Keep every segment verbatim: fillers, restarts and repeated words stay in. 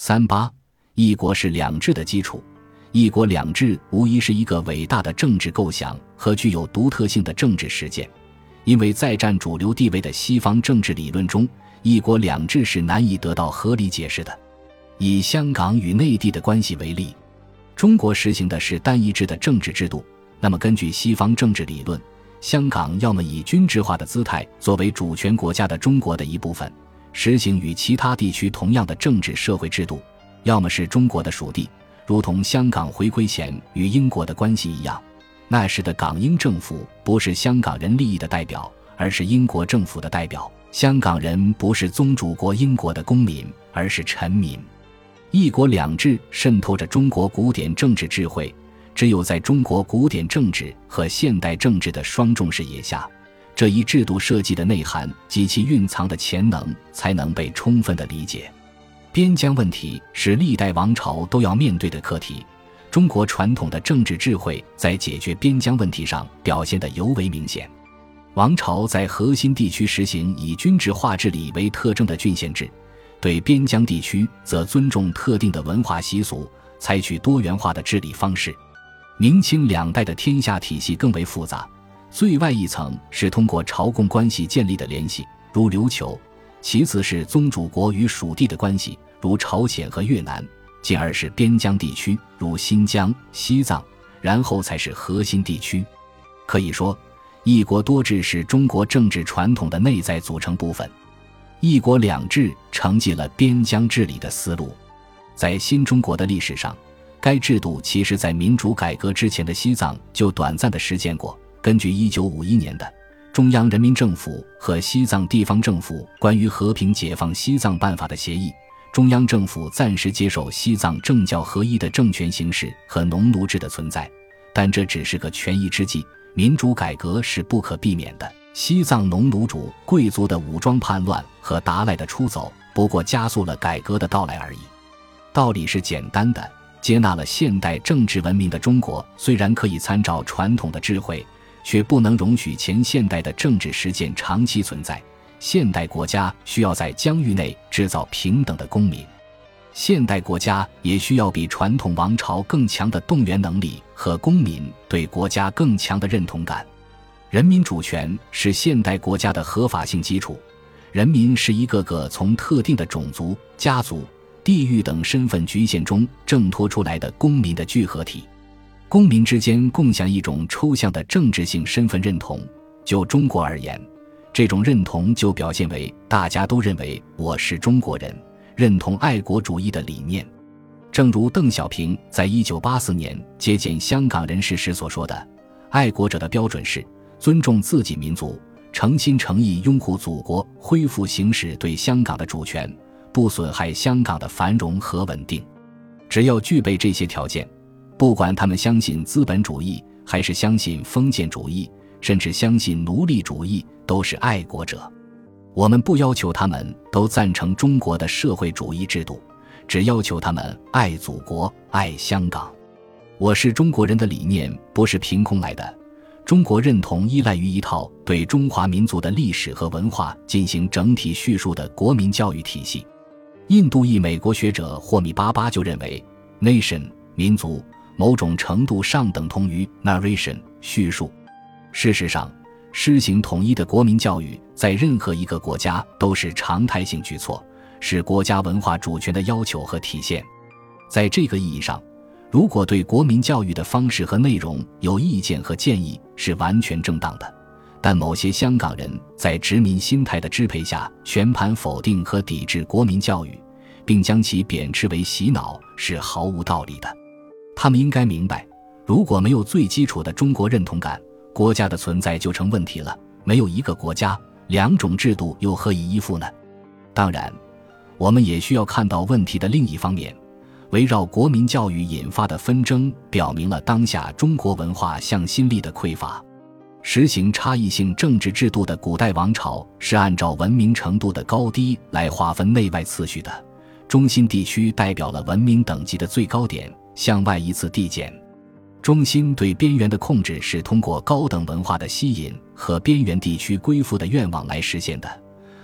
三八，一国是两制的基础。一国两制无疑是一个伟大的政治构想和具有独特性的政治实践，因为在占主流地位的西方政治理论中，一国两制是难以得到合理解释的。以香港与内地的关系为例，中国实行的是单一制的政治制度，那么根据西方政治理论，香港要么以军制化的姿态作为主权国家的中国的一部分，实行与其他地区同样的政治社会制度，要么是中国的属地，如同香港回归前与英国的关系一样，那时的港英政府不是香港人利益的代表，而是英国政府的代表。香港人不是宗主国英国的公民，而是臣民。一国两制渗透着中国古典政治智慧，只有在中国古典政治和现代政治的双重视野下，这一制度设计的内涵及其蕴藏的潜能才能被充分的理解。边疆问题是历代王朝都要面对的课题，中国传统的政治智慧在解决边疆问题上表现得尤为明显。王朝在核心地区实行以军制化治理为特征的郡县制，对边疆地区则尊重特定的文化习俗，采取多元化的治理方式。明清两代的天下体系更为复杂，最外一层是通过朝贡关系建立的联系，如琉球，其次是宗主国与属地的关系，如朝鲜和越南，进而是边疆地区，如新疆、西藏，然后才是核心地区。可以说，一国多制是中国政治传统的内在组成部分。一国两制承继了边疆治理的思路，在新中国的历史上，该制度其实在民主改革之前的西藏就短暂的实践过。根据一九五一年的中央人民政府和西藏地方政府关于和平解放西藏办法的协议，中央政府暂时接受西藏政教合一的政权形式和农奴制的存在，但这只是个权宜之计，民主改革是不可避免的。西藏农奴主贵族的武装叛乱和达赖的出走不过加速了改革的到来而已。道理是简单的，接纳了现代政治文明的中国，虽然可以参照传统的智慧，却不能容许前现代的政治实践长期存在。现代国家需要在疆域内制造平等的公民，现代国家也需要比传统王朝更强的动员能力和公民对国家更强的认同感。人民主权是现代国家的合法性基础，人民是一个个从特定的种族、家族、地域等身份局限中挣脱出来的公民的聚合体。公民之间共享一种抽象的政治性身份认同，就中国而言，这种认同就表现为大家都认为我是中国人，认同爱国主义的理念。正如邓小平在一九八四年接见香港人士时所说的，爱国者的标准是尊重自己民族，诚心诚意拥护祖国恢复行使对香港的主权，不损害香港的繁荣和稳定。只要具备这些条件，不管他们相信资本主义，还是相信封建主义，甚至相信奴隶主义，都是爱国者。我们不要求他们都赞成中国的社会主义制度，只要求他们爱祖国，爱香港。我是中国人的理念不是凭空来的，中国认同依赖于一套对中华民族的历史和文化进行整体叙述的国民教育体系。印度裔美国学者霍米巴巴就认为 nation 民族某种程度上等同于 narration 叙述。事实上，施行统一的国民教育在任何一个国家都是常态性举措，是国家文化主权的要求和体现。在这个意义上，如果对国民教育的方式和内容有意见和建议，是完全正当的。但某些香港人在殖民心态的支配下全盘否定和抵制国民教育，并将其贬斥为洗脑，是毫无道理的。他们应该明白，如果没有最基础的中国认同感，国家的存在就成问题了。没有一个国家，两种制度又何以依附呢？当然，我们也需要看到问题的另一方面，围绕国民教育引发的纷争表明了当下中国文化向心力的匮乏。实行差异性政治制度的古代王朝是按照文明程度的高低来划分内外次序的，中心地区代表了文明等级的最高点，向外依次递减。中心对边缘的控制是通过高等文化的吸引和边缘地区归附的愿望来实现的，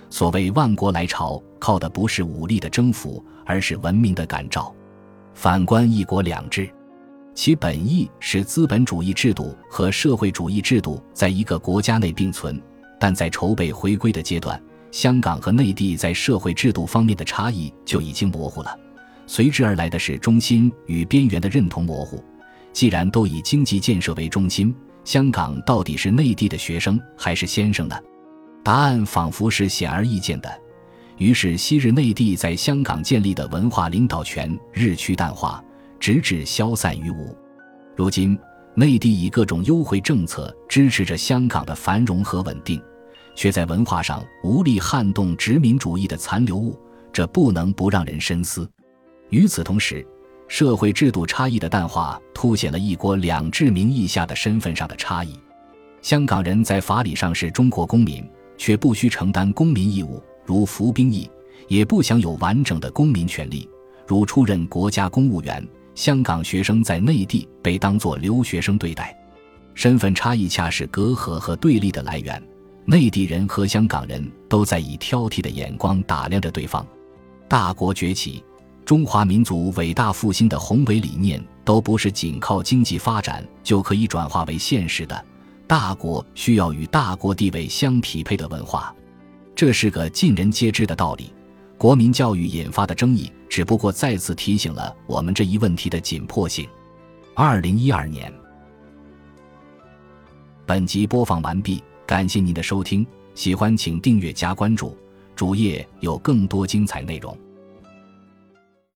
所谓万国来朝，靠的不是武力的征服，而是文明的感召。反观一国两制，其本意是资本主义制度和社会主义制度在一个国家内并存，但在筹备回归的阶段，香港和内地在社会制度方面的差异就已经模糊了，随之而来的是中心与边缘的认同模糊。既然都以经济建设为中心，香港到底是内地的学生还是先生呢？答案仿佛是显而易见的。于是昔日内地在香港建立的文化领导权日趋淡化，直至消散于无。如今内地以各种优惠政策支持着香港的繁荣和稳定，却在文化上无力撼动殖民主义的残留物，这不能不让人深思。与此同时，社会制度差异的淡化凸显了一国两制名义下的身份上的差异。香港人在法理上是中国公民，却不需承担公民义务，如服兵役，也不享有完整的公民权利，如出任国家公务员。香港学生在内地被当作留学生对待，身份差异恰是隔阂和对立的来源。内地人和香港人都在以挑剔的眼光打量着对方。大国崛起，中华民族伟大复兴的宏伟理念都不是仅靠经济发展就可以转化为现实的，大国需要与大国地位相匹配的文化，这是个尽人皆知的道理。国民教育引发的争议只不过再次提醒了我们这一问题的紧迫性。二零一二年，本集播放完毕，感谢您的收听，喜欢请订阅加关注，主页有更多精彩内容。